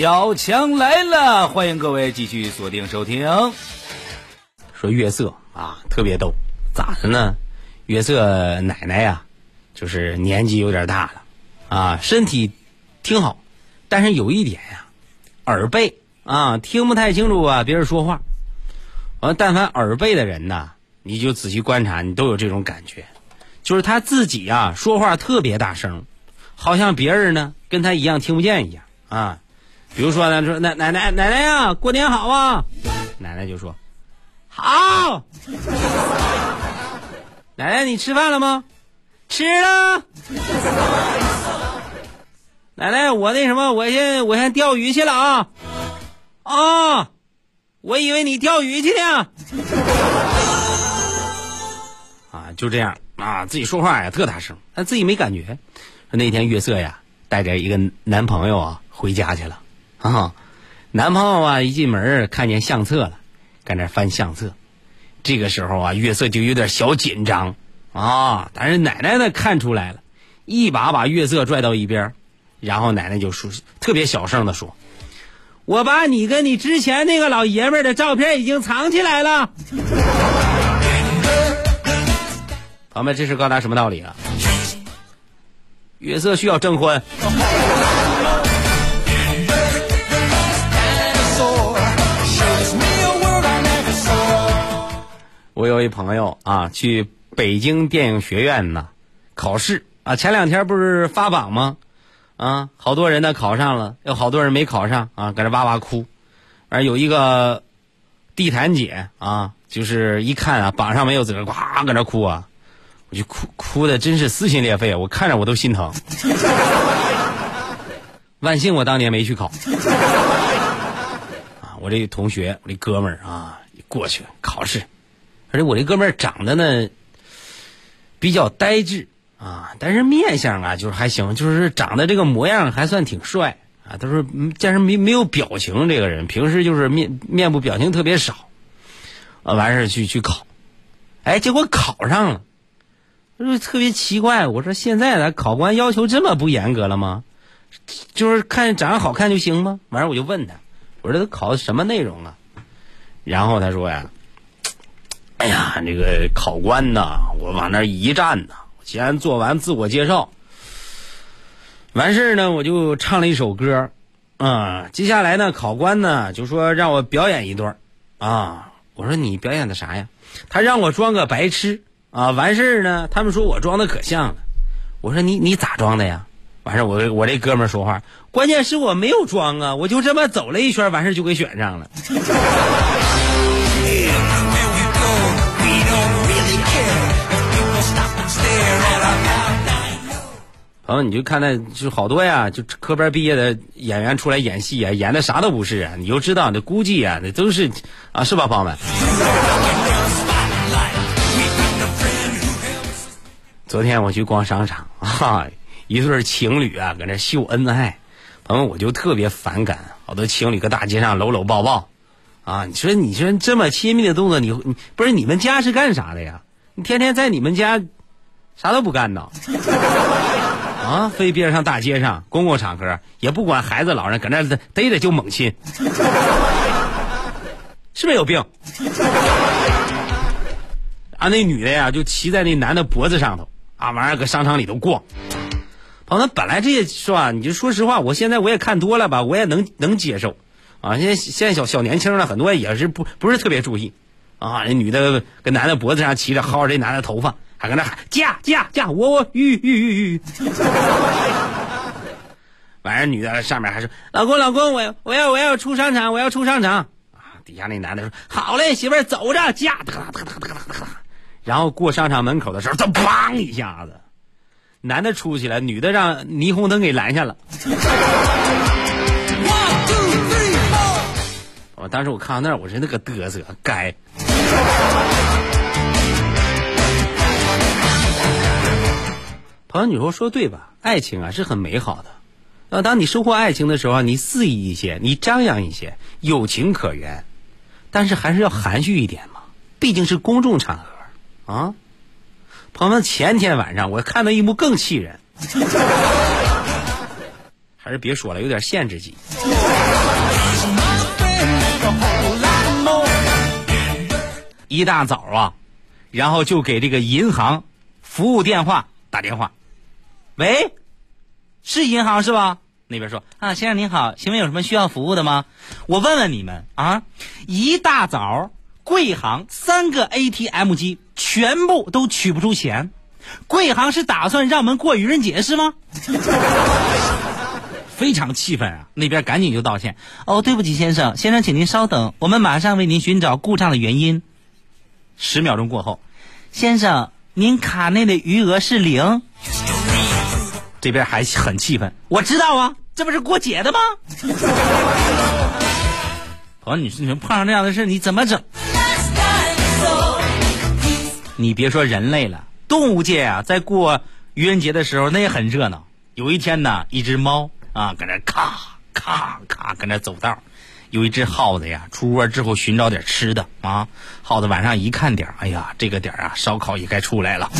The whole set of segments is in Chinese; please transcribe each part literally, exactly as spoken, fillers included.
小强来了，欢迎各位继续锁定收听。 说月色啊，特别逗，咋的呢？月色奶奶呀，就是年纪有点大了啊，身体挺好，但是有一点呀，耳背啊，听不太清楚啊别人说话。完，但凡耳背的人呐，你就仔细观察，你都有这种感觉，就是他自己啊说话特别大声，好像别人呢跟他一样听不见一样啊。比如说呢，说奶奶奶奶奶呀，过年好啊，奶奶就说好。奶奶，你吃饭了吗？吃了。奶奶，我那什么，我先我先钓鱼去了啊。啊，我以为你钓鱼去呢。啊，就这样啊，自己说话呀特大声，但自己没感觉。那天月色呀，带着一个男朋友啊回家去了啊。男朋友啊一进门看见相册了，在那翻相册。这个时候啊，月色就有点小紧张啊，但是奶奶呢看出来了，一把把月色拽到一边，然后奶奶就说，特别小声的说：“我把你跟你之前那个老爷们儿的照片已经藏起来了。”朋友们，这是告诉他什么道理啊？月色需要征婚。我有一朋友啊，去北京电影学院呢考试啊，前两天不是发榜吗？啊，好多人呢考上了，有好多人没考上啊，搁这哇哇哭。而有一个地毯姐啊，就是一看啊榜上没有，自个呱搁那哭啊，我就哭哭的真是撕心裂肺啊，我看着我都心疼。万幸我当年没去考。啊，我这同学，我这哥们儿啊，过去考试。而且我这哥们儿长得呢比较呆滞啊，但是面相啊就是还行，就是长得这个模样还算挺帅啊。他说但是没没有表情，这个人平时就是面面部表情特别少啊。完事去去考，哎，结果考上了，就是特别奇怪。我说现在的考官要求这么不严格了吗？就是看长得好看就行吗？完事我就问他，我说他考什么内容啊？然后他说呀，哎呀，这个考官呢，我往那一站呢，先做完自我介绍，完事呢，我就唱了一首歌，啊、嗯，接下来呢，考官呢就说让我表演一段，啊，我说你表演的啥呀？他让我装个白痴啊，完事呢，他们说我装的可像了，我说你你咋装的呀？完事我我这哥们儿说话，关键是我没有装啊，我就这么走了一圈，完事就给选上了。朋友，你就看那就好多呀，就科班毕业的演员出来演戏啊，演的啥都不是啊，你就知道那估计啊，那都是啊，是吧，朋友们？昨天我去逛商场啊，一对情侣啊搁那秀恩爱，朋友我就特别反感，好多情侣搁大街上搂搂抱抱啊，你说你说这么亲密的动作，你你不是你们家是干啥的呀？你天天在你们家啥都不干呢？啊，非别上大街上公共场合也不管孩子老人，搁那逮着就猛亲，是不是有病？啊，那女的呀就骑在那男的脖子上头啊，完了搁商场里头逛。朋友，本来这些是吧？你就说实话，我现在我也看多了吧，我也能能接受啊。现在现在小小年轻了，很多也是不不是特别注意啊。那女的跟男的脖子上骑着，薅着这男的头发。还跟那喊嫁嫁嫁，我我吁吁吁吁，完事女的上面还说老公老公，我我要我要出商场，我要出商场啊！底下那男的说好嘞，媳妇儿走着嫁，然后过商场门口的时候，这砰一下子，男的出去了，女的让霓虹灯给拦下了。我当时我看到那儿，我说那个嘚瑟该。朋友，你说说对吧？爱情啊是很美好的。那当你收获爱情的时候，你肆意一些，你张扬一些，有情可原，但是还是要含蓄一点嘛，毕竟是公众场合啊。朋友们，前天晚上我看到一幕更气人，还是别说了，有点限制级。 一大早啊，然后就给这个银行服务电话打电话。喂，是银行是吧？那边说啊，先生您好，请问有什么需要服务的吗？我问问你们啊，一大早贵行三个 A T M 机全部都取不出钱，贵行是打算让我们过愚人节是吗？非常气愤啊！那边赶紧就道歉。哦，对不起先生，先生请您稍等，我们马上为您寻找故障的原因。十秒钟过后，先生，您卡内的余额是零。这边还很气愤，我知道啊，这不是过节的吗？朋友，你你碰上这样的事你怎么整？你别说人类了，动物界啊，在过愚人节的时候那也很热闹。有一天呢，一只猫啊，搁那咔咔咔搁那走道，有一只耗子呀，出窝之后寻找点吃的啊。耗子晚上一看点，哎呀，这个点啊，烧烤也该出来了。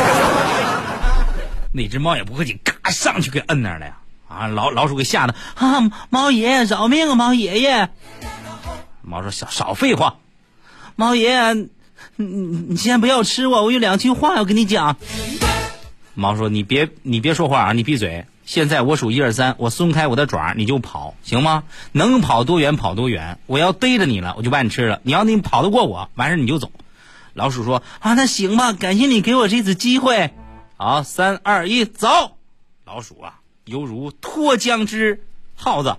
那只猫也不客气，嘎上去给摁那儿了呀！啊，老老鼠给吓得啊，猫爷爷饶命啊，猫爷爷！猫说少少废话，猫爷爷，你你先不要吃我，我有两句话要跟你讲。猫说你别你别说话啊，你闭嘴！现在我数一二三，我松开我的爪你就跑，行吗？能跑多远跑多远，我要逮着你了我就把你吃了。你要你跑得过我，完事你就走。老鼠说啊，那行吧，感谢你给我这次机会。好，三二一，走！老鼠啊，犹如脱缰之耗子，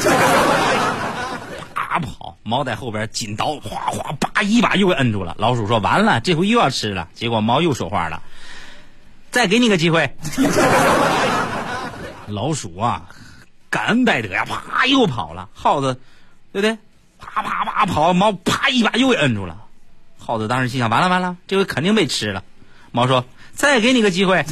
啪跑，猫在后边紧刀，哗哗，叭一把又给摁住了。老鼠说完了，这回又要吃了。结果猫又说话了，再给你个机会。老鼠啊，感恩戴德呀，啪又跑了。耗子，对不对？啪啪啪跑，猫啪一把又给摁住了。耗子当时心想，完了完了，这回肯定被吃了。猫说再给你个机会。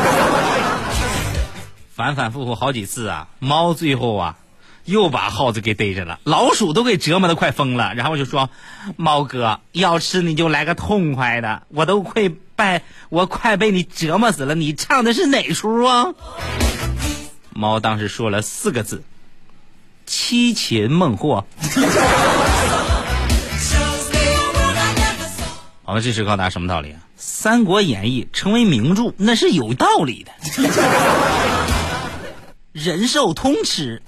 反反复复好几次啊，猫最后啊又把耗子给逮着了，老鼠都给折磨得快疯了。然后就说，猫哥要吃你就来个痛快的，我都快被我快被你折磨死了，你唱的是哪出啊？猫当时说了四个字，七擒孟获。好了，这是告诉大家什么道理啊？三国演义成为名著那是有道理的。人兽通吃。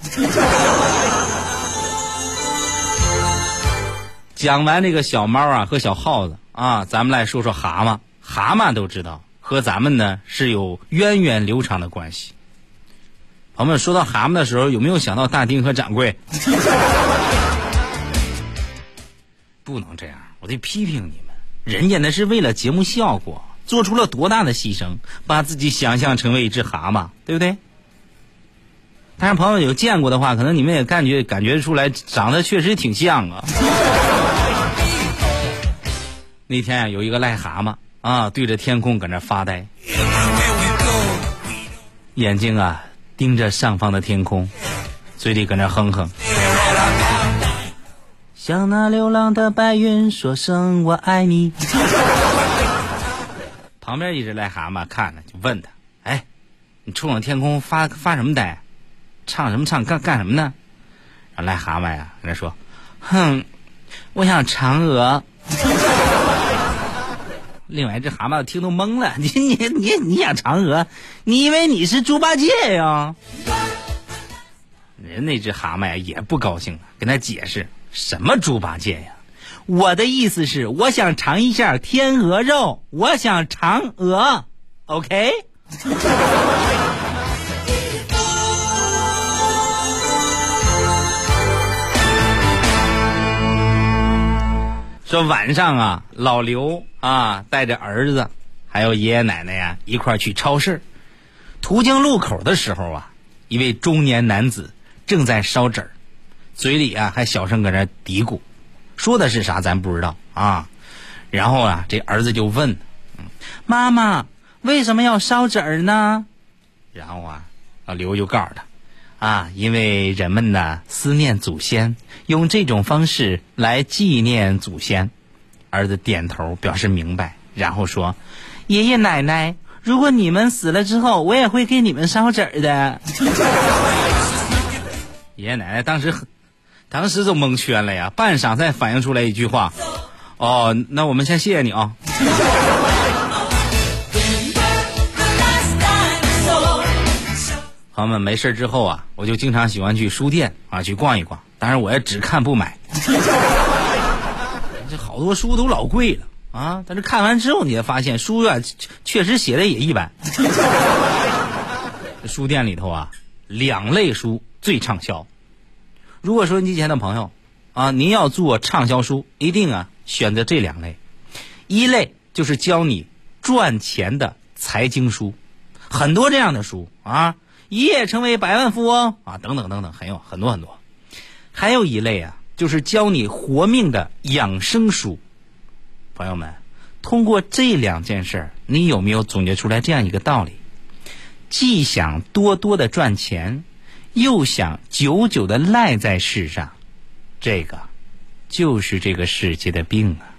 讲完这个小猫啊和小耗子啊，咱们来说说蛤蟆。蛤蟆都知道和咱们呢是有源远流长的关系。朋友们，说到蛤蟆的时候，有没有想到大丁和掌柜？不能这样，我得批评你们。人家那是为了节目效果，做出了多大的牺牲，把自己想象成为一只蛤蟆，对不对？但是朋友有见过的话，可能你们也感觉感觉出来，长得确实挺像啊。那天啊，有一个癞蛤蟆啊，对着天空搁那发呆，眼睛啊盯着上方的天空，嘴里搁那哼哼。向那流浪的白云说声我爱你。旁边一只癞蛤蟆看着就问他，哎，你冲着天空发发什么呆？唱什么唱？干干什么呢？然后癞蛤蟆呀跟他说，哼，我想嫦娥。另外一只蛤蟆听都懵了，你你你你想嫦娥？你以为你是猪八戒呀？人那只蛤蟆呀也不高兴了，跟他解释，什么猪八戒呀？我的意思是，我想尝一下天鹅肉，我想嫦娥 ，OK？ 说晚上啊，老刘啊带着儿子还有爷爷奶奶呀一块去超市，途经路口的时候啊，一位中年男子正在烧纸儿，嘴里啊还小声搁那嘀咕，说的是啥咱不知道啊。然后啊，这儿子就问，妈妈为什么要烧纸儿呢？然后啊，老刘就告诉他，啊，因为人们呢思念祖先，用这种方式来纪念祖先。儿子点头表示明白，然后说，爷爷奶奶，如果你们死了之后，我也会给你们烧纸儿的。爷爷奶奶当时当时就蒙圈了呀，半晌才反应出来一句话， 哦，那我们先谢谢你啊。朋友们，没事之后啊，我就经常喜欢去书店啊去逛一逛，当然我也只看不买。这好多书都老贵了啊，但是看完之后你也发现书啊确实写的也一般。书店里头啊，两类书最畅销。如果说您前的朋友啊，您要做畅销书，一定啊选择这两类。一类就是教你赚钱的财经书，很多这样的书啊，一夜成为百万富翁啊，等等等等，很有很多很多。还有一类啊，就是教你活命的养生书。朋友们，通过这两件事，你有没有总结出来这样一个道理？既想多多的赚钱，又想久久的赖在世上，这个就是这个世界的病啊。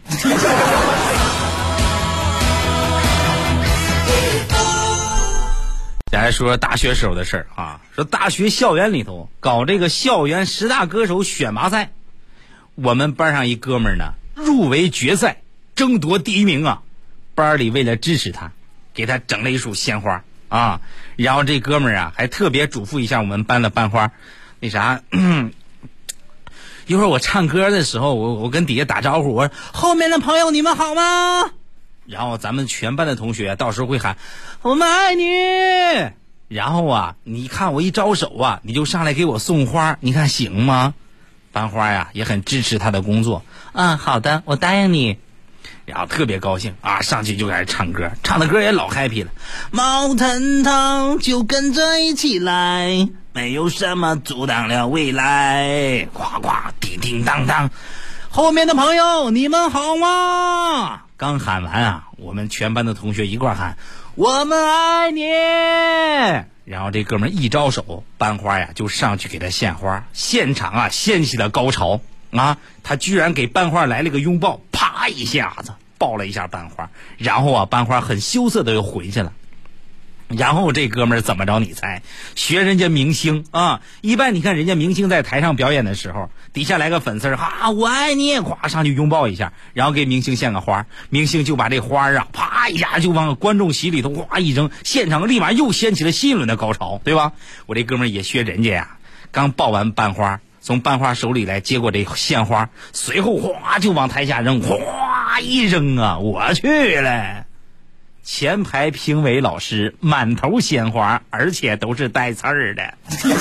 再来说说大学时候的事儿啊，说大学校园里头搞这个校园十大歌手选拔赛，我们班上一哥们儿呢入围决赛，争夺第一名啊。班里为了支持他，给他整了一束鲜花啊，然后这哥们儿啊还特别嘱咐一下我们班的班花，那啥，一会儿我唱歌的时候，我我跟底下打招呼，我说后面的朋友你们好吗？然后咱们全班的同学到时候会喊我们爱你，然后啊你看我一招手啊，你就上来给我送花，你看行吗？班花呀也很支持他的工作，嗯，好的，我答应你。然后特别高兴啊，上去就开始唱歌，唱的歌也老 happy 了。毛腾腾就跟着一起来，没有什么阻挡了未来，呱呱叮叮当当，后面的朋友你们好吗？刚喊完啊，我们全班的同学一块喊我们爱你，然后这哥们一招手，班花呀就上去给他献花，现场啊掀起了高潮啊！他居然给班花来了个拥抱，啪一下子抱了一下班花，然后啊班花很羞涩的又回去了。然后这哥们儿怎么着你猜？学人家明星啊，一般你看人家明星在台上表演的时候，底下来个粉丝哈我爱你，咵上去拥抱一下，然后给明星献个花，明星就把这花啊啪一下就往观众席里头哗一扔，现场立马又掀起了新一轮的高潮，对吧？我这哥们儿也学人家呀，刚抱完班花，从班花手里来接过这鲜花，随后哗就往台下扔，哗一扔啊，我去了！前排评委老师满头鲜花，而且都是带刺儿的。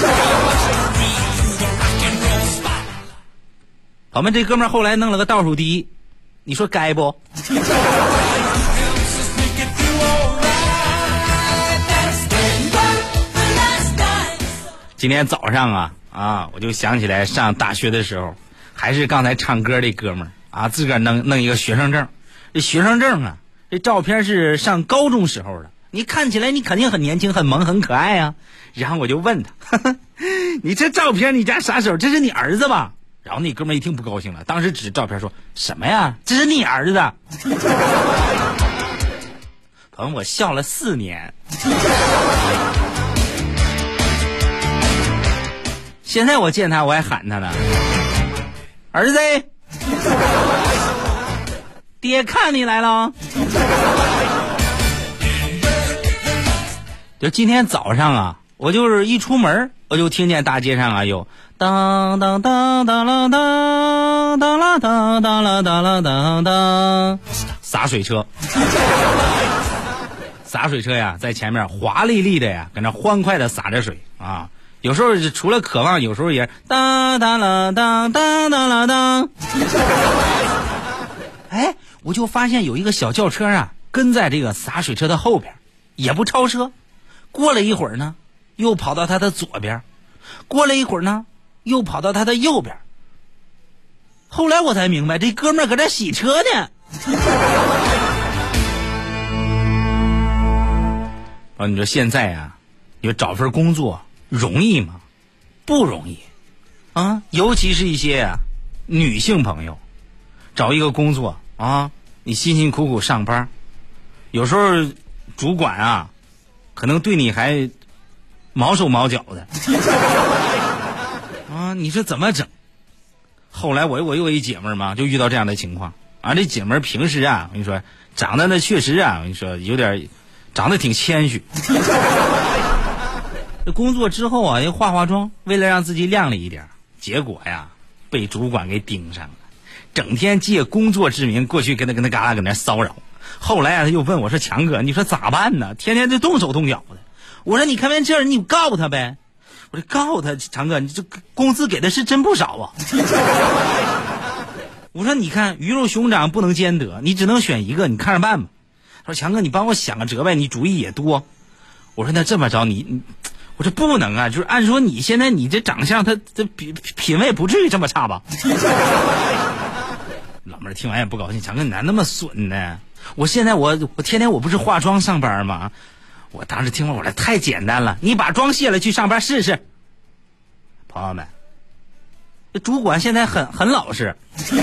我们这哥们儿后来弄了个倒数第一，你说该不？今天早上啊啊，我就想起来上大学的时候，还是刚才唱歌这哥们儿啊，自个儿弄弄一个学生证，这学生证啊。这照片是上高中时候的，你看起来你肯定很年轻很萌很可爱啊。然后我就问他呵呵你这照片你家啥时候？这是你儿子吧？然后那哥们一听不高兴了，当时指照片说什么呀？这是你儿子。朋友，我笑了四年，现在我见他我还喊他呢，儿子爹看你来了。就今天早上啊，我就是一出门我就听见大街上啊有当当当当啦当当啦当当啦当啦当当洒水车。洒水车呀在前面华丽丽的呀跟那欢快的洒着水啊，有时候除了渴望，有时候也当当啦当当当啦当。哎，我就发现有一个小轿车啊跟在这个洒水车的后边，也不超车。过了一会儿呢又跑到他的左边，过了一会儿呢又跑到他的右边。后来我才明白这哥们儿搁这洗车呢。啊，你说现在啊你说找份工作容易吗？不容易啊，尤其是一些啊女性朋友找一个工作啊，你辛辛苦苦上班，有时候主管啊可能对你还毛手毛脚的啊，你说怎么整？后来我我有一姐妹嘛，就遇到这样的情况啊，这姐们儿平时啊，我跟你说，长得那确实啊，我跟你说有点，长得挺谦虚。这工作之后啊，要化化妆，为了让自己靓丽一点，结果呀，被主管给盯上了，整天借工作之名过去跟他跟他嘎啦搁那骚扰。后来啊，他又问我说：“强哥，你说咋办呢？天天就动手动脚的。”我说：“你看完这样，你告他呗。”我说：“告他，强哥，你这工资给的是真不少啊。”我说：“你看鱼肉熊掌不能兼得，你只能选一个，你看着办吧。”他说：“强哥，你帮我想个辙呗，你主意也多。”我说：“那这么着，你你，我说不能啊，就是按说你现在你这长相，他这品品味不至于这么差吧？”老妹儿听完也不高兴，强哥你咋那么损呢？我现在我我天天我不是化妆上班吗？我当时听完我说太简单了，你把妆卸了去上班试试。朋友们，这主管现在很很老实。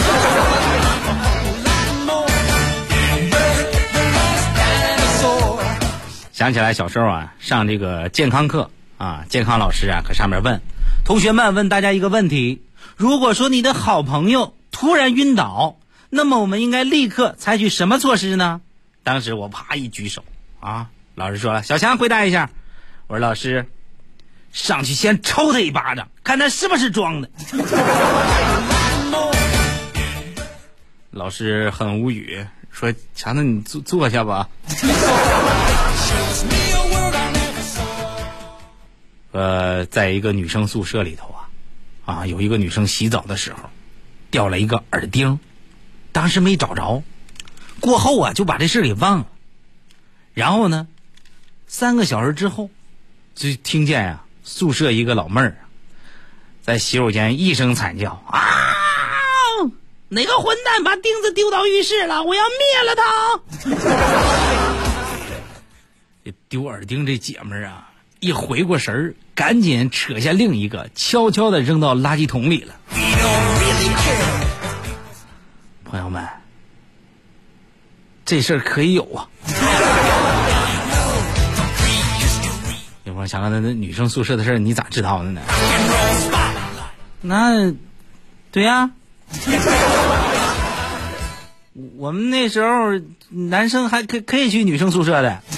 想起来小时候啊，上这个健康课啊，健康老师啊，搁上面问同学们，问大家一个问题：如果说你的好朋友突然晕倒，那么我们应该立刻采取什么措施呢？当时我啪一举手啊，老师说了，小强回答一下。我说老师，上去先抽他一巴掌，看他是不是装的。老师很无语，说强子你坐坐下吧。呃，在一个女生宿舍里头啊，啊，有一个女生洗澡的时候掉了一个耳钉，当时没找着，过后啊就把这事给忘了。然后呢，三个小时之后，就听见呀、啊，宿舍一个老妹儿在洗手间一声惨叫啊！哪个混蛋把钉子丢到浴室了？我要灭了他！丢耳钉这姐们儿啊，一回过神儿，赶紧扯下另一个，悄悄地扔到垃圾桶里了。朋友们，这事儿可以有啊。有朋友想看那女生宿舍的事儿，你咋知道的呢？那，对呀、啊，我们那时候男生还可可以去女生宿舍的。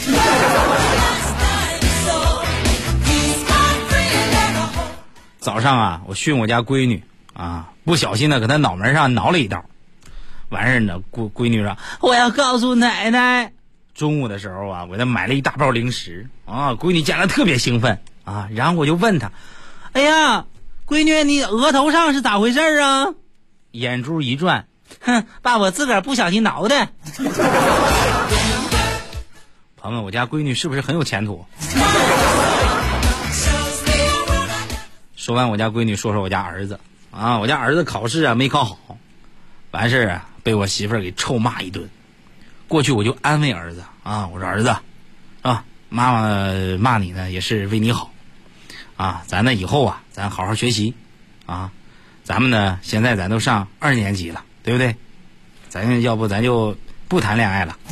早上啊，我训我家闺女啊，不小心的搁她脑门上挠了一刀。完事儿呢，闺闺女说我要告诉奶奶。中午的时候啊，我给她买了一大包零食啊，闺女见了特别兴奋啊，然后我就问她，哎呀，闺女你额头上是咋回事啊？眼珠一转，哼，爸，我自个儿不小心挠的。朋友们，我家闺女是不是很有前途？说完我家闺女，说说我家儿子啊，我家儿子考试啊没考好，完事啊被我媳妇儿给臭骂一顿。过去我就安慰儿子啊，我说儿子啊，妈妈骂你呢也是为你好啊，咱呢以后啊咱好好学习啊，咱们呢现在咱都上二年级了，对不对？咱要不咱就不谈恋爱了。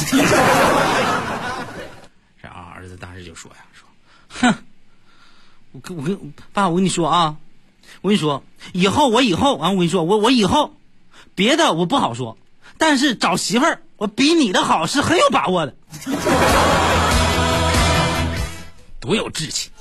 然后儿子当时就说呀，说哼，我跟我跟爸，我跟你说啊，我跟你说，以后我以后啊，我跟你说，我我以后别的我不好说，但是找媳妇儿我比你的好是很有把握的。多有志气。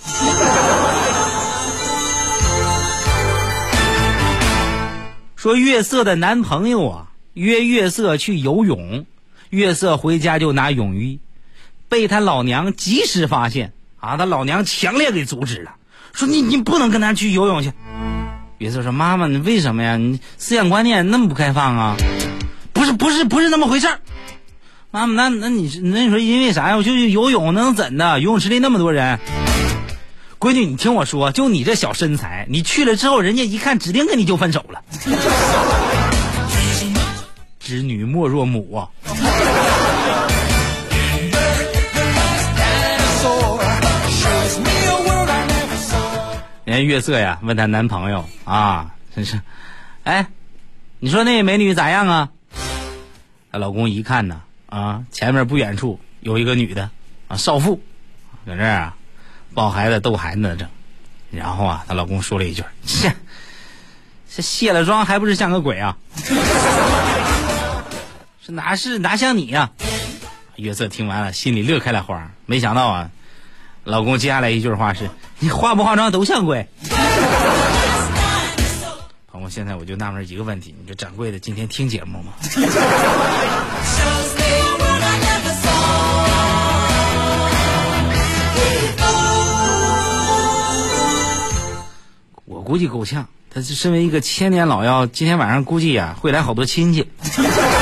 说月色的男朋友啊约月色去游泳，月色回家就拿泳衣，被他老娘及时发现啊，他老娘强烈给阻止了，说你你不能跟他去游泳去。月色说妈妈你为什么呀？你思想观念那么不开放啊？不是不是不是那么回事儿。妈妈那那你那你说因为啥呀？我就游泳能怎的？游泳池里那么多人。闺女你听我说，就你这小身材，你去了之后人家一看指定跟你就分手了。织女莫若母啊。人家月色呀问她男朋友啊，真是，哎，你说那美女咋样啊？她老公一看呢，啊，前面不远处有一个女的啊，少妇，搁这儿啊抱孩子逗孩子整，然后啊她老公说了一句，切，这卸了妆还不是像个鬼啊？ 说哪是哪像你呀、啊？约瑟听完了，心里乐开了花。没想到啊，老公接下来一句话是：“你化不化妆都像贵。”朋友，现在我就纳闷一个问题：你这掌柜的今天听节目吗？估计够呛，他是身为一个千年老妖，今天晚上估计呀、啊、会来好多亲戚。